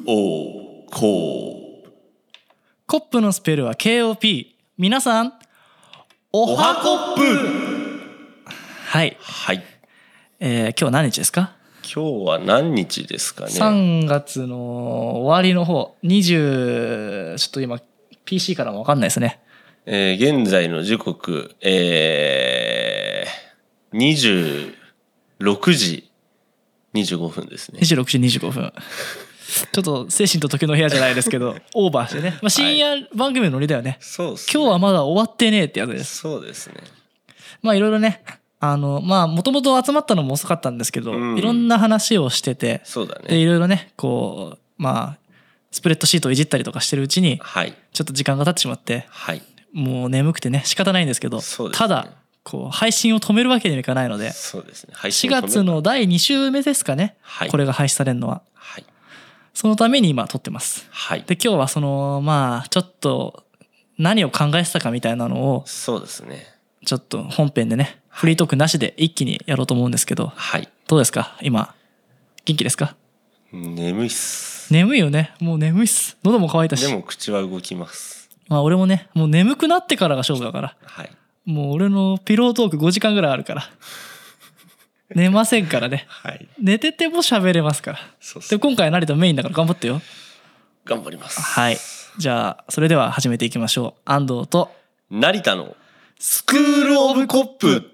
ココップのスペルは KOP。皆さんおはコップ。はい、 はい。 今日は何日ですか？ 今日は何日ですかね。 3月の終わりの方20、ちょっと今 PC からも分かんないですね。 現在の時刻、26時25分ですね。 26時25分ちょっと精神と時の部屋じゃないですけどオーバーしてね、深夜番組のノリだよね、 そうですね。 今日はまだ終わってねえってやつです。 そうですね。 いろいろね、もともと集まったのも遅かったんですけど、いろんな話をしてて、 そうだね。 でいろいろねこうスプレッドシートをいじったりとかしてるうちに、ちょっと時間が経ってしまって、もう眠くてね仕方ないんですけど、ただこう配信を止めるわけにはいかないので、 そうですね。 4月の第2週目ですかね、これが配信されるのは、そのために今撮ってます。で今日はそのちょっと何を考えてたかみたいなのを、 そうですね、 ちょっと本編でねフリートークなしで一気にやろうと思うんですけど、どうですか今、元気ですか？ 眠いっす。 眠いよね。もう眠いっす。喉も渇いたし。 でも口は動きます。 俺もね、もう眠くなってからが勝負だから、もう俺のピロートーク5時間ぐらいあるから寝ませんからね、寝てても喋れますから。で今回は成田メインだから頑張ってよ。 頑張ります。 はい、じゃあそれでは始めていきましょう。安藤と成田のスクールオブコップ。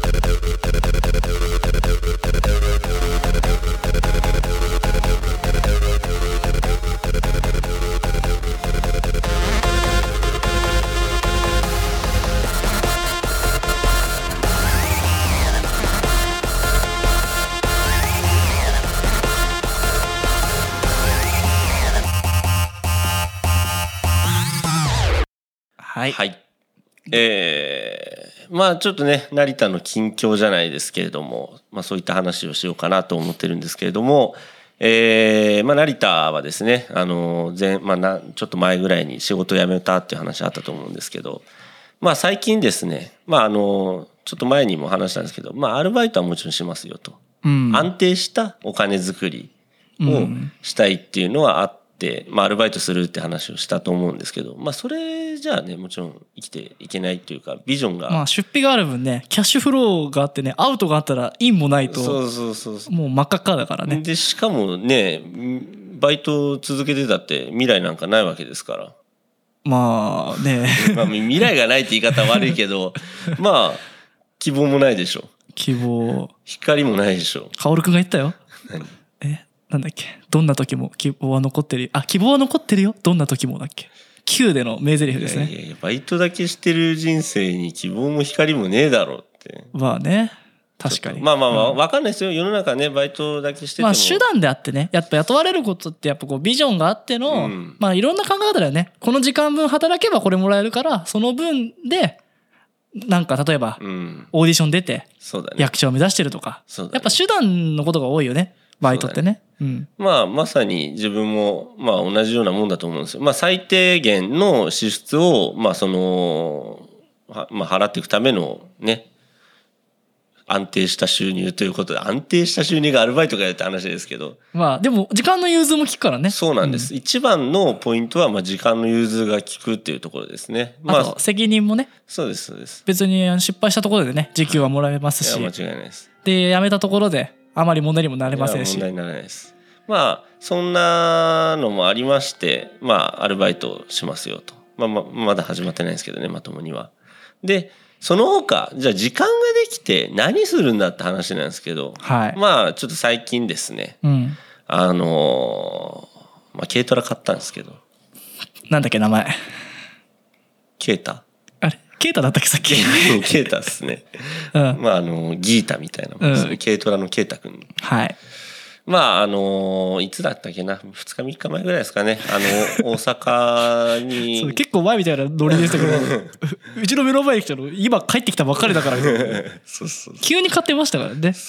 はい、 ちょっとね成田の近況じゃないですけれども、そういった話をしようかなと思ってるんですけれども、成田はですねちょっと前ぐらいに仕事を辞めたっていう話あったと思うんですけど、最近ですねちょっと前にも話したんですけど、アルバイトはもちろんしますよと、安定したお金作りをしたいっていうのはあって、アルバイトするって話をしたと思うんですけど、それじゃあねもちろん生きていけないというか、ビジョンが出費がある分ね、キャッシュフローがあってね、アウトがあったらインもないともう真っ赤っかだからね。 でしかもねバイト続けてたって未来なんかないわけですから。未来がないって言い方は悪いけど希望もないでしょ。 希望、 光もないでしょ。 薫くんが言ったよ。なんだっけ、どんな時も希望は残ってるよ。希望は残ってるよ、どんな時もだっけ。Q での名台詞ですね。 バイトだけしてる人生に希望も光もねえだろって。 確かに。 分かんないですよ、世の中ね。バイトだけしてても手段であってね、やっぱ雇われることってやっぱこうビジョンがあっての、いろんな考え方だよね。この時間分働けばこれもらえるから、その分でなんか例えばオーディション出て役者を目指してるとか、やっぱ手段のことが多いよね、バイトってね。 まさに自分も同じようなもんだと思うんですよ。最低限の支出を払っていくためのね、安定した収入ということで、安定した収入がアルバイトかよって話ですけど、 でも時間の融通も効くからね。 そうなんです、一番のポイントは時間の融通が効くっていうところですね。 あと責任もね。 そうですそうです。 別に失敗したところでね時給はもらえますし、 間違いないです。 で辞めたところであまり問題にもなれませんし。 問題にならないです。そんなのもありまして、アルバイトしますよと。まだ始まってないんですけどね、まともには。でその他じゃあ時間ができて何するんだって話なんですけど、ちょっと最近ですね、軽トラ買ったんですけど。なんだっけ名前。 ケータ。 あれケータだったっけさっき。 ケータですね。ギータみたいなもんですね。軽トラのケータくん。いつだったっけな、2日3日前ぐらいですかね、大阪に結構前みたいなノリでしたけどうちの目の前に来たの今帰ってきたばっかりだから急に買ってましたからね。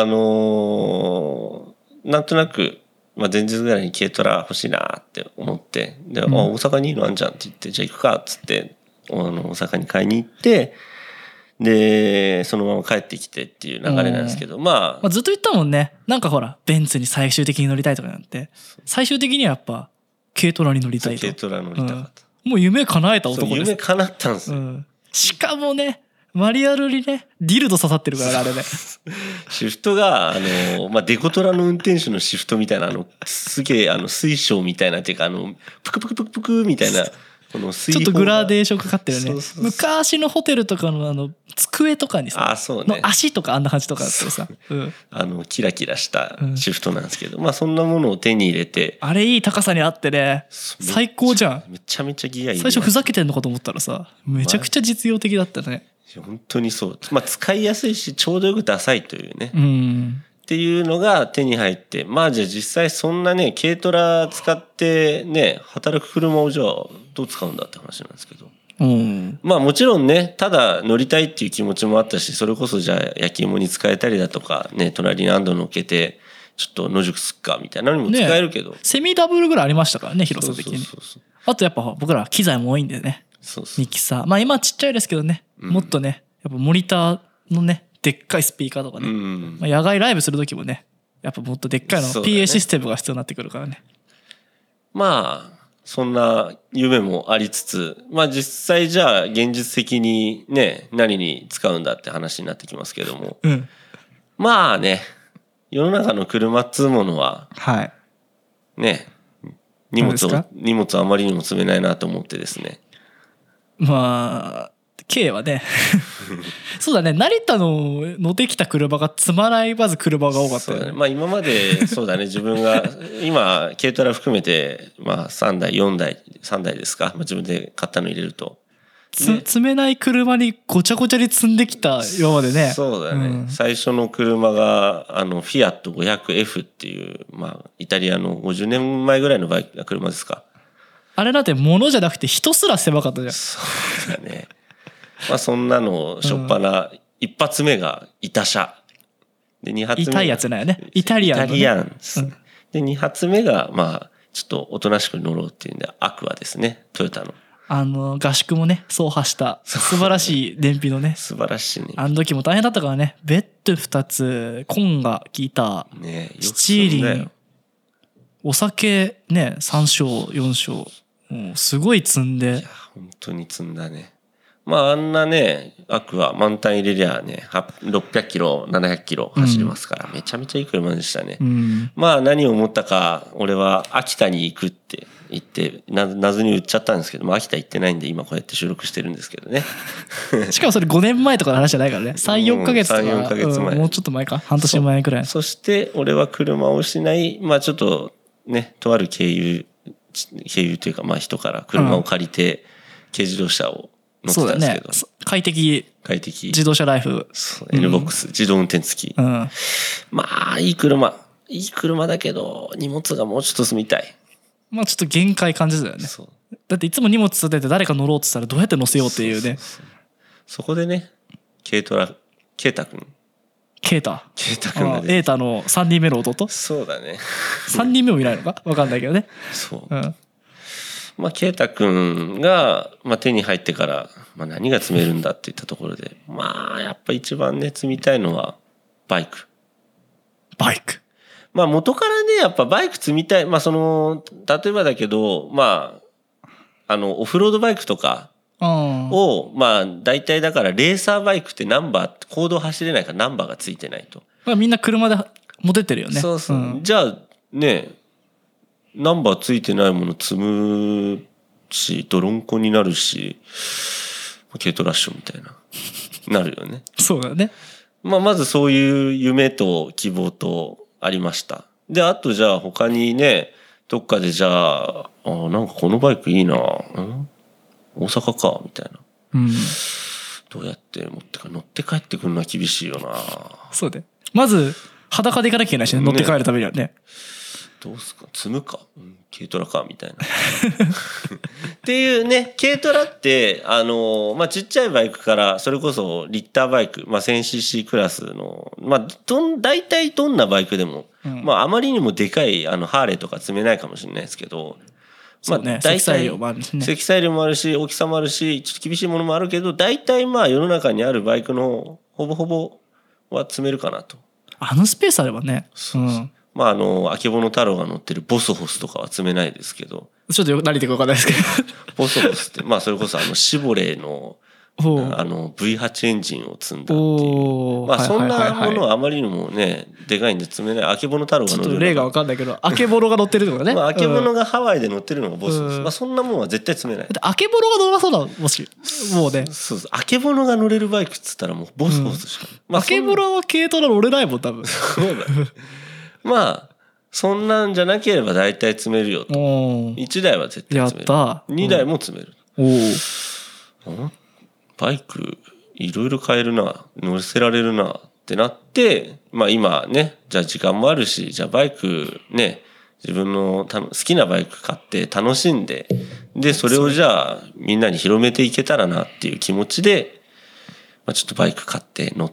なんとなく、前日ぐらいに軽トラ欲しいなって思って、で、大阪にいいのあんじゃんって言って、じゃあ行くかっつって大阪に買いに行って、 でそのまま帰ってきてっていう流れなんですけど、まあずっと言ったもんね。なんかほらベンツに最終的に乗りたいとかなんて、最終的にはやっぱ軽トラに乗りたいと。 軽トラ乗りたかった、 もう夢叶えた男です。 夢叶ったんですよ、 しかもねマニュアルにねディルド刺さってるからねあれねシフトがデコトラの運転手のシフトみたいなすげえ水晶みたいなっていうかプクプクプクプクみたいなこのちょっとグラデーションかかってるね。昔のホテルとかの机とかにさ、の足とかあんな感じとかあってさ、 キラキラしたシフトなんですけど、まあそんなものを手に入れて、 あれいい高さにあってね、最高じゃん。 めちゃめちゃギアいい。 最初ふざけてんのかと思ったらさ、めちゃくちゃ実用的だったね。 本当にそう。まあ使いやすいしちょうどよくダサいというね。っていうのが手に入って、まあじゃあ実際そんなね軽トラ使ってね働く車をじゃあどう使うんだって話なんですけど、まあもちろんねただ乗りたいっていう気持ちもあったし、それこそじゃあ焼き芋に使えたりだとかね、隣に乗っけてちょっと野宿すっかみたいなのにも使えるけど、ね、 セミダブルぐらいありましたからね広さ的に。あとやっぱ僕ら機材も多いんでね、ミキサー、まあ今ちっちゃいですけどね、もっとねやっぱモニターのねでっかいスピーカーとかね、まあ、野外ライブする時もねやっぱもっとでっかいの PA システムが必要になってくるからね。 まあそんな夢もありつつ、まあ実際じゃあ現実的にね何に使うんだって話になってきますけども、まあね世の中の車っつうものはね、荷物あまりにも積めないなと思ってですね、 まあK はねそうだね、成田の乗ってきた車が積まないまず車が多かったよね。 まあ今までそうだね自分が今軽トラ含めてまあ3台4台3台ですか、まあ、自分で買ったの入れると、 積めない車にごちゃごちゃに積んできた今までね。 そうだね、最初の車がフィアット 500F っていう、まあ、イタリアの50年前ぐらいの車ですか。 あれなんて物じゃなくて人すら狭かったじゃん。 そうだねまあそんなのしょっぱな、一発目がイタ車で2発目痛いやつなんよね、イタリアン、 で2発目がまあちょっとおとなしく乗ろうっていうんでアクアですね、トヨタの合宿もね走破した素晴らしい燃費のね素晴らしいね。 あの時も大変だったからね、ベッド2つコンガ効いた、スチーリン、お酒ね3升4升、もうすごい積んで、いや本当に積んだね。まああんなねアクア満タン入れりゃね600キロ700キロ走りますから、めちゃめちゃいい車でしたね、まあ何を思ったか俺は秋田に行くって言って謎に売っちゃったんですけど、まあ、秋田行ってないんで今こうやって収録してるんですけどねしかもそれ5年前とかの話じゃないからね、 3,4 ヶ月とか、 3,4 ヶ月前、 もうちょっと前か、半年前くらい。 そして俺は車を失い、まあちょっとねとある経由というか、まあ人から車を借りて軽自動車を乗ってたんですけど、 そうだね、快適自動車ライフ、 N ボックス、自動運転付き、まあいい車だけど荷物がもうちょっと積みたい。 まあちょっと限界感じだよね。だっていつも荷物積んでて誰か乗ろうとしたらどうやって乗せようっていうね。 そこでねケイタ君君が瑛太の3人目の弟。 そうだね 3人目もいないのか分かんないけどね。 そう、まあ圭太君が、まあ、手に入ってから、まあ、何が積めるんだっていったところで、まあやっぱ一番ね積みたいのはバイク。まあ元からねやっぱバイク積みたい、まあその例えばだけど、まあオフロードバイクとかをまあ大体だからレーサーバイクってナンバー公道走れないからナンバーがついてないと、 まあ、みんな車で持ってってるよね。 そうそう、じゃあねナンバーついてないもの積むし泥んこになるし軽トラッシュみたいななるよねそうだね。 まあまずそういう夢と希望とありました。であとじゃあ他にねどっかでじゃあなんかこのバイクいいな、大阪かみたいな、どうやって乗って帰ってくるのは厳しいよな。 そうでまず裸で行かなきゃいけないしね、乗って帰るためにはね。 どうすか積むか、軽トラかみたいなっていうね。軽トラってまあちっちゃいバイクからそれこそリッターバイク、まあ、1000cc クラスのまあ大体どんなバイクでも、まああまりにもでかいハーレーとか積めないかもしれないですけど、 そうね、積載量もあるしね。 積載量もあるし大きさもあるしちょっと厳しいものもあるけど、大体まあ世の中にあるバイクのほぼほぼは積めるかなと。 あのスペースあればね。 そうそう、まああけぼの太郎が乗ってるボスホスとかは積めないですけど、 ちょっと何言ってるか分かんないですけどボスホスってまあそれこそシボレーのV8 エンジンを積んだっていう、まあそんなものはあまりにもねでかいんで積めない。あけぼの太郎が乗るちょっと例が分かんないけど、あけぼのが乗ってるとかね。 まああけぼのがハワイで乗ってるのがボスです。まあそんなもんは絶対積めない。 あけぼのが乗らそうだもしもうね。 そうそう、あけぼのが乗れるバイクっつったらもうボスホスしかない。まああけぼのは軽トラ乗れないもん多分。 そうだね。まあそんなんじゃなければ大体積めるよと。1台は絶対積める。 やった。 2台も積める。 おバイクいろいろ買えるな、乗せられるなってなって、まあ今ね、じゃあ時間もあるし、じゃあバイクね、自分の好きなバイク買って楽しんで、でそれをじゃあみんなに広めていけたらなっていう気持ちで、まあ、ちょっとバイク買って乗って、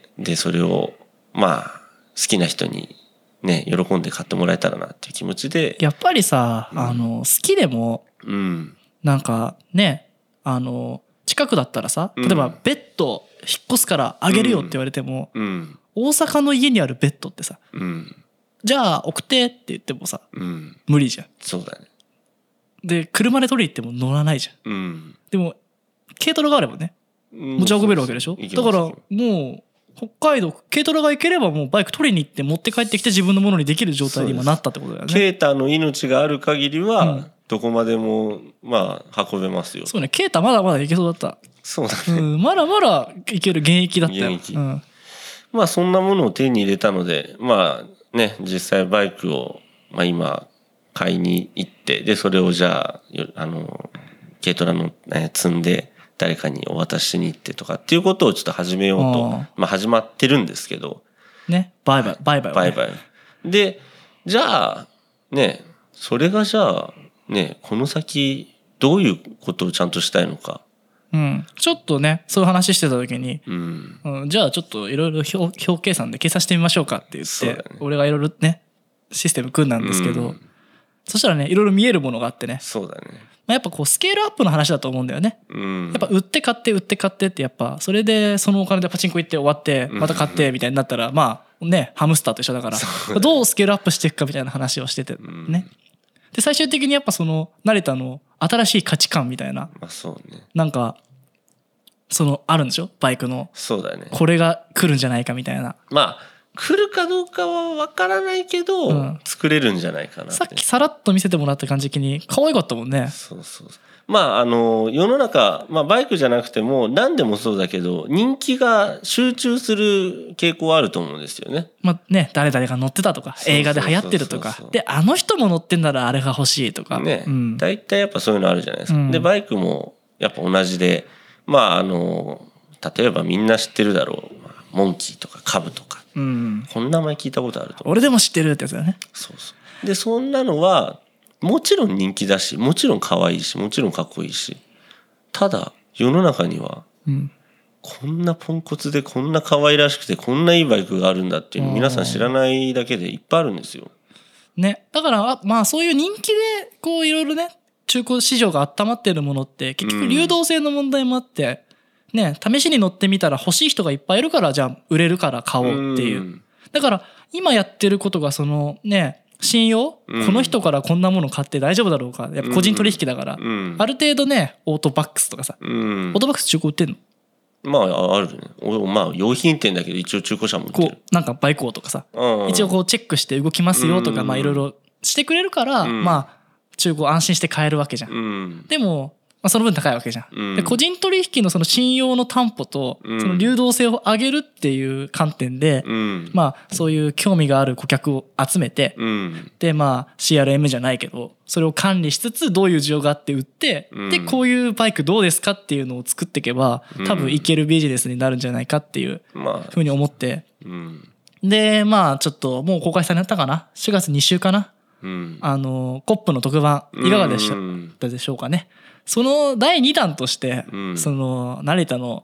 でそれをまあ好きな人にね喜んで買ってもらえたらなっていう気持ちで。 やっぱりさ、好きでも、なんかね、近くだったらさ、例えばベッド引っ越すからあげるよって言われても、大阪の家にあるベッドってさ、じゃあ送ってって言ってもさ、無理じゃん。 そうだね。 で車で取り行っても乗らないじゃん。でも軽トラがあればね持ち運べるわけでしょ。だからもう北海道軽トラが行ければもうバイク取りに行って持って帰ってきて自分のものにできる状態に今なったってことだよね。 ケータの命がある限りはどこまでもまあ運べますよ。 そうね、ケータまだまだ行けそうだった。 そうだね、 まだまだ行ける現役だったよ。 まあそんなものを手に入れたので、まあね実際バイクをまあ今買いに行って、でそれをじゃあ軽トラの、積んで誰かにお渡ししに行ってとかっていうことをちょっと始めようと、まあ始まってるんですけどね、バイバイバイバイ、 バイバイで、じゃあねそれがじゃあねこの先どういうことをちゃんとしたいのか、 ちょっとねそういう話してた時に、じゃあちょっといろいろ表計算で計算してみましょうかって言って、俺がいろいろねシステム組んだんですけど、そしたらねいろいろ見えるものがあってね。 そうだね。 やっぱこうスケールアップの話だと思うんだよね。やっぱ売って買って売って買ってってやっぱそれでそのお金でパチンコ行って終わってまた買ってみたいになったらまあねハムスターと一緒だからどうスケールアップしていくかみたいな話をしててね。で最終的にやっぱその成田の新しい価値観みたいな、なんかそのあるんでしょバイクの。 そうだね。 これが来るんじゃないかみたいな。 まあ来るかどうかは分からないけど、作れるんじゃないかな。 さっきさらっと見せてもらった感じ的に可愛かったもんね。 そうそう。まあ世の中、まあ、バイクじゃなくても何でもそうだけど人気が集中する傾向はあると思うんですよね。 まあね、誰々が乗ってたとか映画で流行ってるとかであの人も乗ってんならあれが欲しいとかね、大体やっぱそういうのあるじゃないですか。でバイクもやっぱ同じで、まあ例えばみんな知ってるだろうモンキーとかカブとか、こんな名前聞いたことあると思う。 俺でも知ってるってやつだよね。 そうそう。でそんなのはもちろん人気だしもちろん可愛いしもちろんかっこいいし、ただ世の中には、こんなポンコツでこんな可愛らしくてこんないいバイクがあるんだっていうの皆さん知らないだけでいっぱいあるんですよ。 ね、だからまあそういう人気でこういろいろね中古市場が温まってるものって結局流動性の問題もあって、ね、試しに乗ってみたら欲しい人がいっぱいいるからじゃあ売れるから買おうっていう。だから今やってることがそのね信用、この人からこんなもの買って大丈夫だろうか、やっぱ個人取引だから、ある程度ねオートバックスとかさ、オートバックス中古売ってんの？ まああるね。まあ用品店だけど一応中古車も売ってる。 こうなんかバイク王とかさ、一応こうチェックして動きますよとかまあいろいろしてくれるから、まあ中古安心して買えるわけじゃん。でもまあ、その分高いわけじゃん。で個人取引のその信用の担保とその流動性を上げるっていう観点で、まあそういう興味がある顧客を集めて、でまあ CRM じゃないけどそれを管理しつつどういう需要があって売って、でこういうバイクどうですかっていうのを作っていけば多分いけるビジネスになるんじゃないかっていうふうに思って、でまあちょっともう公開されたかな、4月2週かな、コップの特番いかがでしたでしょうかね。その第2弾として、その成田の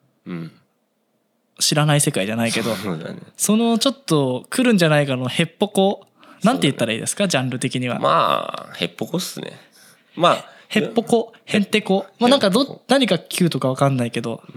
知らない世界じゃないけど、そのちょっと来るんじゃないかのヘッポコ、なんて言ったらいいですかジャンル的には。 まあヘッポコっすね。 まあへっぽこへんてこ、まあなんか何かQとか分かんないけど、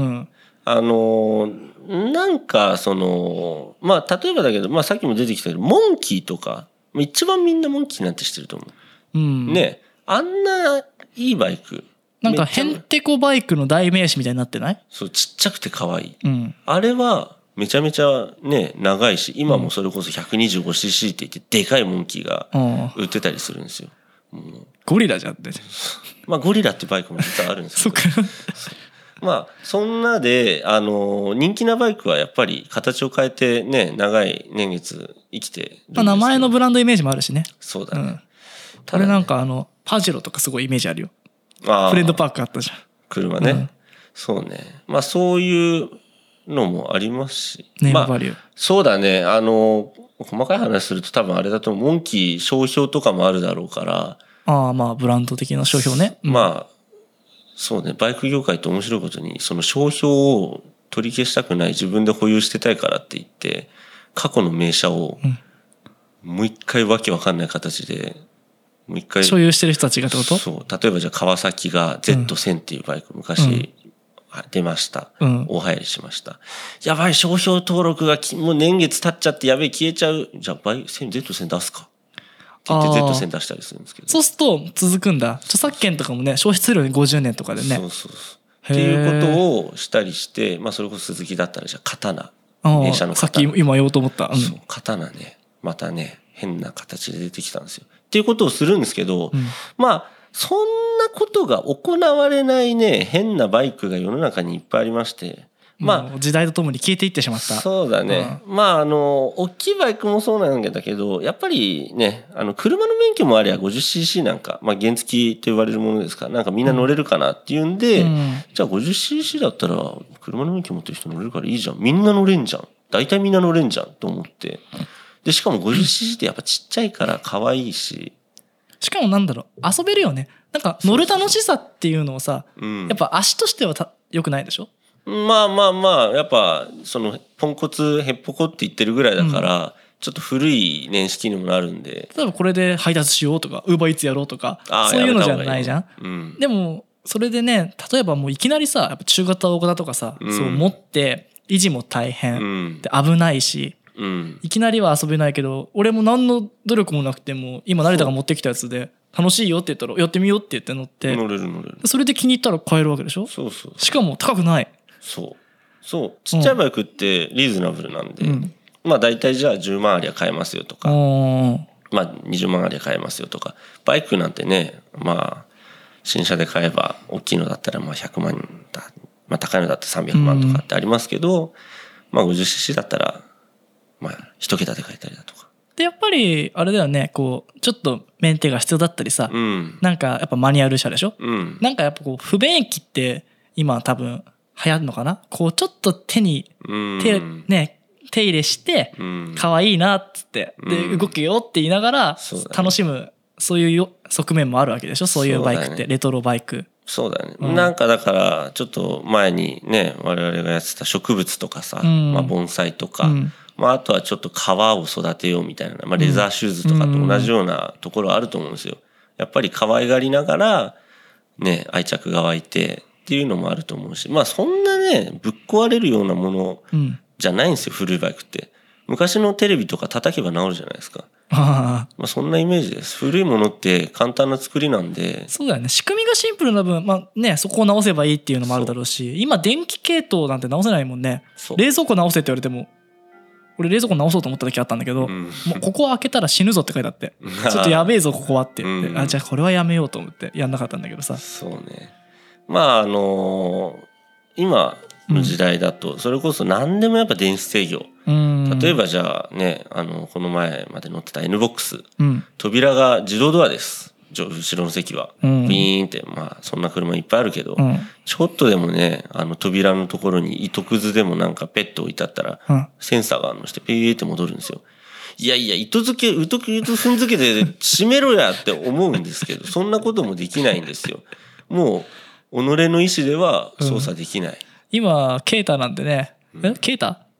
なんかそのまあ例えばだけど、まあ、さっきも出てきたけどモンキーとか一番みんなモンキーなんて知ってると思う、ね、あんないいバイクなんかへんてこバイクの代名詞みたいになってない？ そうちっちゃくて可愛い、あれはめちゃめちゃね長いし今もそれこそ 125cc って言ってでかいモンキーが売ってたりするんですよ。 ゴリラじゃんってまあゴリラってバイクも実はあるんですけどまあそんなで人気なバイクはやっぱり形を変えてね長い年月生きてるんですけど、 名前のブランドイメージもあるしね。 そうだね、 これなんかパジェロとかすごいイメージあるよ。フレンドパークあったじゃん車ね、そうね、まあそういうのもありますし、 ネームバリュー、 まあ、そうだね細かい話すると多分あれだとモンキー商標とかもあるだろうから、 まあブランド的な商標ね、 まあそうね、バイク業界って面白いことにその商標を取り消したくない自分で保有してたいからって言って過去の名車をもう一回わけわかんない形でもう一回所有してる人たちがってこと？ そう例えばじゃあ川崎が Z1000 っていうバイク昔出ました、大流行りしました。やばい商標登録がもう年月経っちゃってやべえ消えちゃう、じゃあZ1000 出すかって言って Z1000 出したりするんですけど、 そうすると続くんだ。著作権とかもね消失するよね50年とかでね。 そうっていうことをしたりして、まあ、それこそ鈴木だったらじゃあ刀名車の刀さっき今言おうと思った、 そう刀ねまたね変な形で出てきたんですよっていうことをするんですけど、まあそんなことが行われないね変なバイクが世の中にいっぱいありまして、 まあ時代とともに消えていってしまった。 そうだね、まあ大きいバイクもそうなんだけどやっぱりね車の免許もありゃ 50cc なんか、まあ、原付と言われるものですからなんかみんな乗れるかなっていうんで、じゃあ 50cc だったら車の免許持ってる人乗れるからいいじゃん、みんな乗れんじゃん、大体みんな乗れんじゃんと思って、でしかも 50cc ってやっぱちっちゃいから可愛いし、 しかもなんだろう遊べるよね。なんか乗る楽しさっていうのをさ、やっぱ足としては良くないでしょ。 まあやっぱそのポンコツへっぽこって言ってるぐらいだから、ちょっと古い年式にもなるんで、 例えばこれで配達しようとかウーバーイーツやろうとかそういうのじゃないじゃん、でもそれでね例えばもういきなりさやっぱ中型大型とかさ、そう持って維持も大変、で危ないし、いきなりは遊べないけど俺も何の努力もなくても今成田が持ってきたやつで楽しいよって言ったらやってみようって言って乗って乗れるそれで気に入ったら買えるわけでしょ。そうしかも高くない。 そうちっちゃいバイクってリーズナブルなんで、まあ大体じゃあ10万ありゃ買えますよとか、まあ20万ありゃ買えますよとか、バイクなんてねまあ新車で買えば大きいのだったらまあ100万だ、まあ高いのだったら300万とかってありますけど、まあ 50cc だったらまあ一桁で買えたりだとか。 でやっぱりあれだよねこうちょっとメンテが必要だったりさ、なんかやっぱマニュアル車でしょ、なんかやっぱこう不便益って今多分流行るのかな、こうちょっと手に手入れして可愛いなっつってで動けよって言いながら楽しむそういう側面もあるわけでしょ、そういうバイクって、レトロバイク。 そうだね、なんかだからちょっと前にね我々がやってた植物とかさ、まあ盆栽とか、まあ、あとはちょっと革を育てようみたいな、まあ、レザーシューズとかと同じようなところあると思うんですよ。やっぱり可愛がりながらね愛着が湧いてっていうのもあると思うし、まあそんなねぶっ壊れるようなものじゃないんですよ、古いバイクって。昔のテレビとか叩けば治るじゃないですか。まあそんなイメージです。古いものって簡単な作りなんで。 そうだよね。仕組みがシンプルな分、まあね、そこを直せばいいっていうのもあるだろうし、今電気系統なんて直せないもんね。冷蔵庫直せって言われても、俺冷蔵庫直そうと思った時あったんだけど、もうここ開けたら死ぬぞって書いてあって、ちょっとやべえぞここはって言って、じゃあこれはやめようと思ってやんなかったんだけどさ。 そうね。まあ今の時代だとそれこそ何でもやっぱ電子制御。例えばじゃあねこの前まで乗ってた N ボックス、扉が自動ドアです。後ろの席はビーンって、まあそんな車いっぱいあるけど、ちょっとでもね扉のところに糸くずでもなんかペット置いてあったら、センサーが反応してピーって戻るんですよ。いや糸踏んづけて閉めろやって思うんですけどそんなこともできないんですよ。もう己の意思では操作できない。 今ケータなんてね、ケータ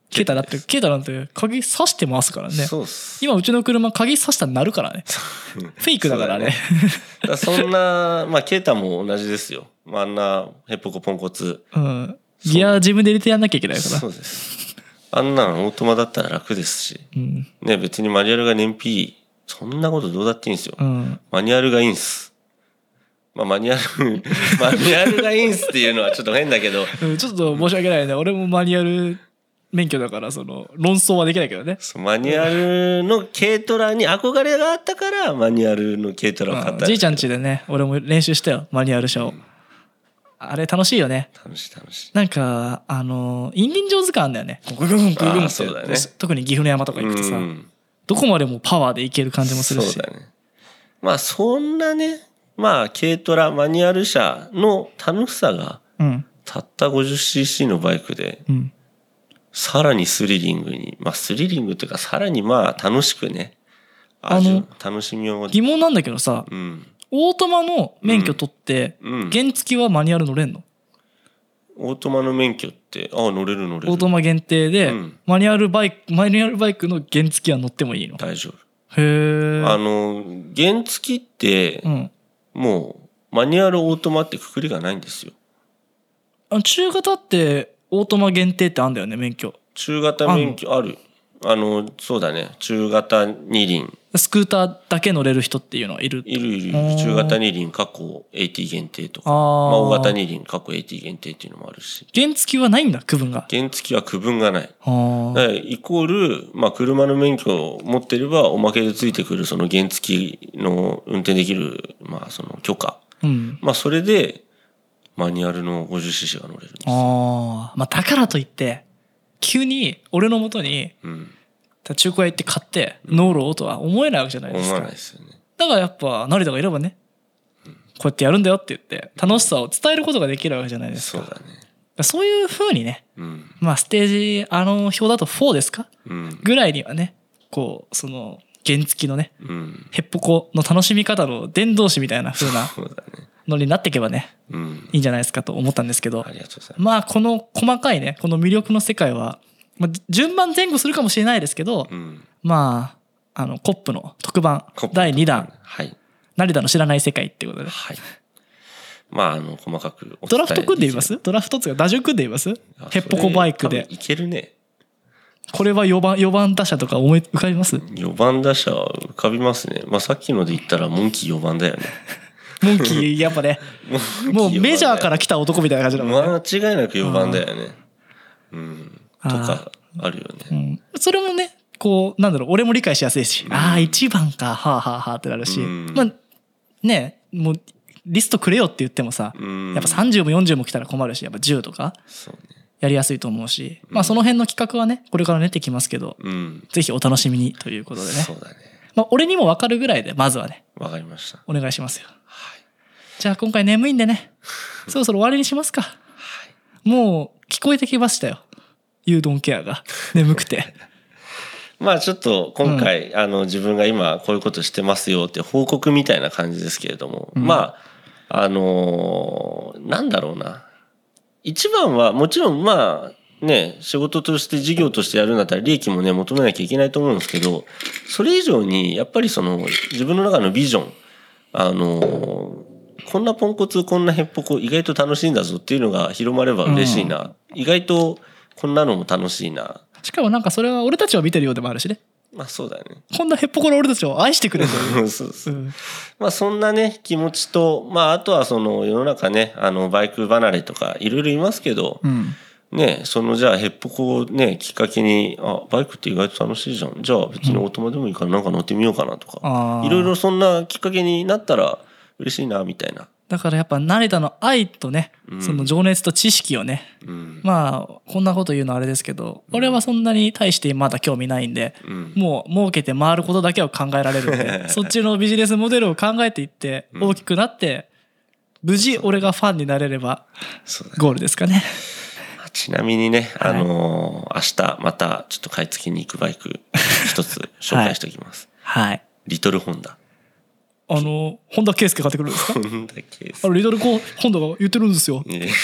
ケータなんて鍵刺して回すからね。 そうっす。 今うちの車鍵刺したら鳴るからね。フェイクだからね。 そんなまあケータも同じですよ。あんなヘッポコポンコツ。 ギア自分で入れてやんなきゃいけないから。 そうです。あんなんオートマだったら楽ですし、ね、別にマニュアルが燃費そんなことどうだっていいんですよ。マニュアルがいいんす。まあマニュアルがいいんすっていうのはちょっと変だけど、 ちょっと申し訳ないね。俺もマニュアル免許だからその論争はできないけどね。 マニュアルの軽トラに憧れがあったからマニュアルの軽トラを買った。 じいちゃん家でね、俺も練習したよ、マニュアル車を。あれ楽しいよね。 楽しい。 なんかインディンジョーンズ感あんだよね。グググンググンって、ね、特に岐阜の山とか行くとさ、どこまでもパワーでいける感じもするし。 そうだね。まあそんなね、まあ軽トラマニュアル車の楽しさが、たった 50cc のバイクで、さらにスリリングに、まあスリリングというかさらにまあ楽しくね、楽しみを。 疑問なんだけどさ、オートマの免許取って、原付はマニュアル乗れんの？ オートマの免許って乗れる。オートマ限定で、マニュアルバイクの原付は乗ってもいいの？ 大丈夫。 へえ。 原付って、もうマニュアルオートマってくくりがないんですよ。 中型ってオートマ限定ってあんだよね、免許。 中型免許ある。そうだね、中型二輪。 スクーターだけ乗れる人っていうのはいる？いる。中型二輪過去 AT 限定とか、大型二輪過去 AT 限定っていうのもあるし。 原付はないんだ、区分が。 原付は区分がない。イコール、まあ車の免許を持ってればおまけでついてくるその原付の運転できる、まあその許可。まあそれでマニュアルの 50cc が乗れるんですよ。 まあだからといって急に俺の元に、中古屋行って買って乗ろうとは思えないわけじゃないですか。 思わないですよね。 だからやっぱ成田がいればね、こうやってやるんだよって言って楽しさを伝えることができるわけじゃないですか。 そうだね。 そういう風にね、まあステージ表だと4ですか、ぐらいにはね、こうその原付のね、ヘッポコの楽しみ方の伝道師みたいな風なのになっていけばね、いいんじゃないですかと思ったんですけど、まあこの細かいね、この魅力の世界は、まあ、順番前後するかもしれないですけど、まあコップの特番第2弾、成田の知らない世界っていうことで、まあ細かくドラフト組んでみます？ドラフトっていうか打順組んでみます？ヘッポコバイクでいけるね。これは4番打者とか浮かびます？ 4 番打者浮かびますね。まあさっきので言ったらモンキー4番だよね。モンキーやっぱねもうメジャーから来た男みたいな感じだもんね。間違いなく4番だよね。とかあるよね。それもね、こうなんだろう、俺も理解しやすいし、1番かはあはあはあってなるし、まあね、もうリストくれよって言ってもさ、やっぱ30も40も来たら困るし、やっぱ10とかやりやすいと思うし、まあその辺の企画はねこれから練ってきますけど、ぜひお楽しみにということでね。そうだね。まあ俺にも分かるぐらいでまずはね。わかりました。お願いしますよ。じゃあ今回眠いんでね、そろそろ終わりにしますか。もう聞こえてきましたよ、ユードンケアが眠くて。まあちょっと今回、自分が今こういうことしてますよって報告みたいな感じですけれども、まあなんだろうな、一番はもちろんまあね、仕事として事業としてやるんだったら利益もね求めなきゃいけないと思うんですけど、それ以上にやっぱりその自分の中のビジョン、こんなポンコツこんなヘッポコ意外と楽しいんだぞっていうのが広まれば嬉しいな、意外とこんなのも楽しいな。しかもなんかそれは俺たちを見てるようでもあるしね。まあそうだね。こんなヘッポコの俺たちを愛してくれるそうそう、まあそんなね気持ちと、まああとはその世の中ね、バイク離れとかいろいろいますけど、ね、そのじゃあヘッポコをねきっかけに、バイクって意外と楽しいじゃん、じゃあ別にオートマでもいいからなんか乗ってみようかなとか、いろいろそんなきっかけになったら嬉しいなみたいな。だからやっぱ成田の愛とね、その情熱と知識をね、まあこんなこと言うのはあれですけど、俺はそんなに対してまだ興味ないんで、もう儲けて回ることだけを考えられるんでそっちのビジネスモデルを考えていって大きくなって無事俺がファンになれればゴールですかね。ちなみにね、明日またちょっと買い付けに行くバイク一つ紹介しておきます。はい。リトルホンダ。本田圭佑買ってくるんですか？本田圭佑。リトルホンダが言ってるんですよ。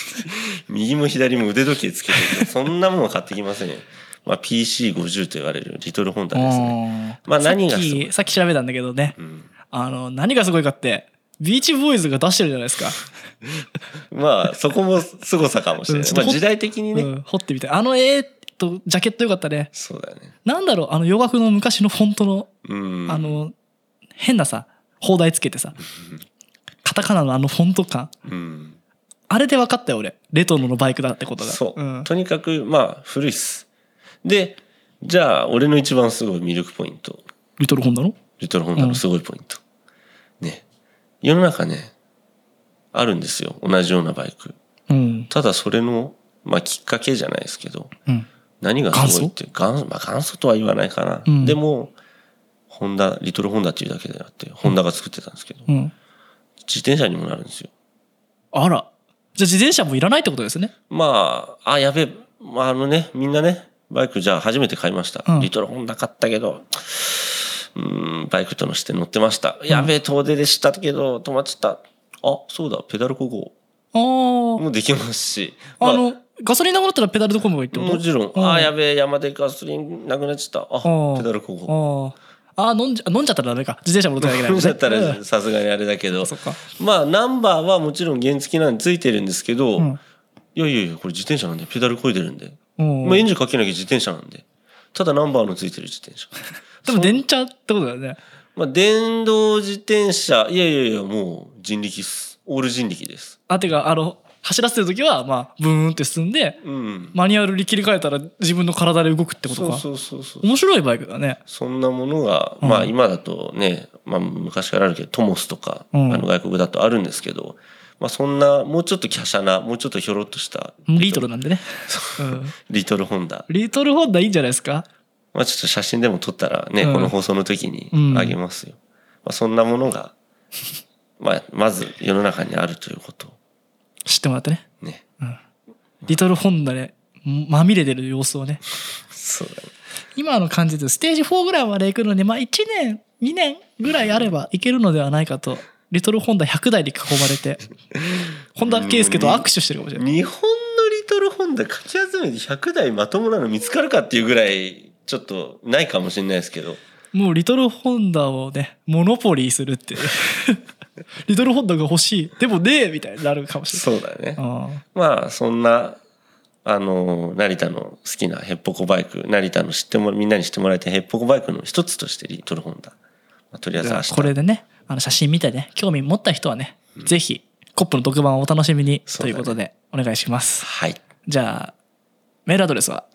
右も左も腕時計つけてるそんなもんは買ってきませんよ。まあ、PC50 と言われるリトルホンダですね。まあ何がさっき調べたんだけどね、何がすごいかってビーチボーイズが出してるじゃないですか。 まあそこも凄さかもしれない。まあ時代的にね、 掘ってみて絵とジャケットよかったね。 そうだね。 なんだろう洋楽の昔のフォントの変なさ砲台つけてさカタカナのフォント感、あれで分かったよ俺レトロのバイクだってことが。 そう、とにかくまあ古いっす。でじゃあ俺の一番すごい魅力ポイント、 リトルホンダのすごいポイント、ね、世の中ねあるんですよ同じようなバイク、ただそれのまあきっかけじゃないですけど、何がすごいって元祖とは言わないかな、でもリトルホンダっていうだけであってホンダが作ってたんですけど、自転車にもなるんですよ。 あら、じゃあ自転車もいらないってことですね。 まあやべえ、みんなねバイクじゃあ初めて買いました、リトルホンダ買ったけどバイクとのして乗ってました、やべえ遠出でしたけど止まっちゃった、そうだペダルこごうもできますし、 ガソリンなくなったらペダルどこもがいいってこと？ もちろん。やべえ山でガソリンなくなっちゃった、ペダルこごう、 飲んじゃったらダメか、自転車も乗ってなきゃいけない、 飲んじゃったらさすがにあれだけど、まあナンバーはもちろん原付なんでついてるんですけど、いやこれ自転車なんでペダルこいでるんで、まあエンジンかけなきゃ自転車なんで、ただナンバーのついてる自転車でも電車ってことだよね。 まあ電動自転車、いやもう人力っす、オール人力です。 てか走らせてる時はまあブーンって進んで、マニュアルに切り替えたら自分の体で動くってことか。そう面白いバイクだね。 そんなものが、まあ今だとね、まあ昔からあるけどトモスとか、外国だとあるんですけど、まあそんなもうちょっと華奢な、もうちょっとひょろっとしたリトルなんでね、 リトルホンダいいんじゃないですか。 まあちょっと写真でも撮ったらね、この放送の時にあげますよ。まあそんなものがまず世の中にあるということを知ってもらってね。リトルホンダでまみれてる様子をね。 そうだね。 今の感じでステージ4ぐらいまで行くのに、まあ1年2年ぐらいあればいけるのではないかと。リトルホンダ100台で囲まれて本田圭佑と握手してるかもしれない。 日本のリトルホンダかき集めて100台まともなの見つかるかっていうぐらいちょっとないかもしれないですけど、 もうリトルホンダをねモノポリーするっていうリトルホンダが欲しいでもねみたいになるかもしれない。 そうだね。まあそんな成田の好きなヘッポコバイク、成田のみんなに知ってもらえてヘッポコバイクの一つとしてリトルホンダ、とりあえず明日これでね写真見てね興味持った人はね、ぜひコップの特番をお楽しみにということでお願いします。 はい。 じゃあメールアドレスは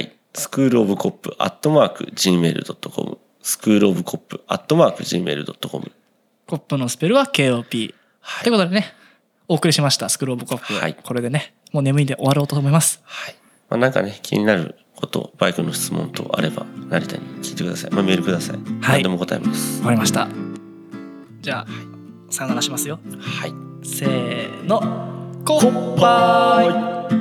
schoolofcop@gmail.com schoolofcop@gmail.com コップのスペルは KOP、ということでねお送りしましたスクールオブコップ、これでねもう眠いんで終わろうと思います。 なんかね気になることバイクの質問等あれば成田に聞いてください。メールください。何でも答えます。 わかりました。じゃあ、さよならしますよ。せーの、コッパーイ。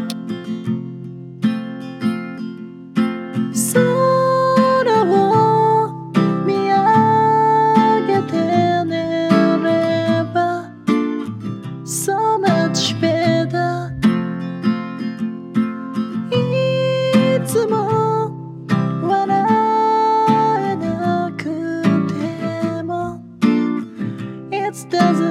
空を見上げて寝れば So much better いつも笑えなくても It doesn't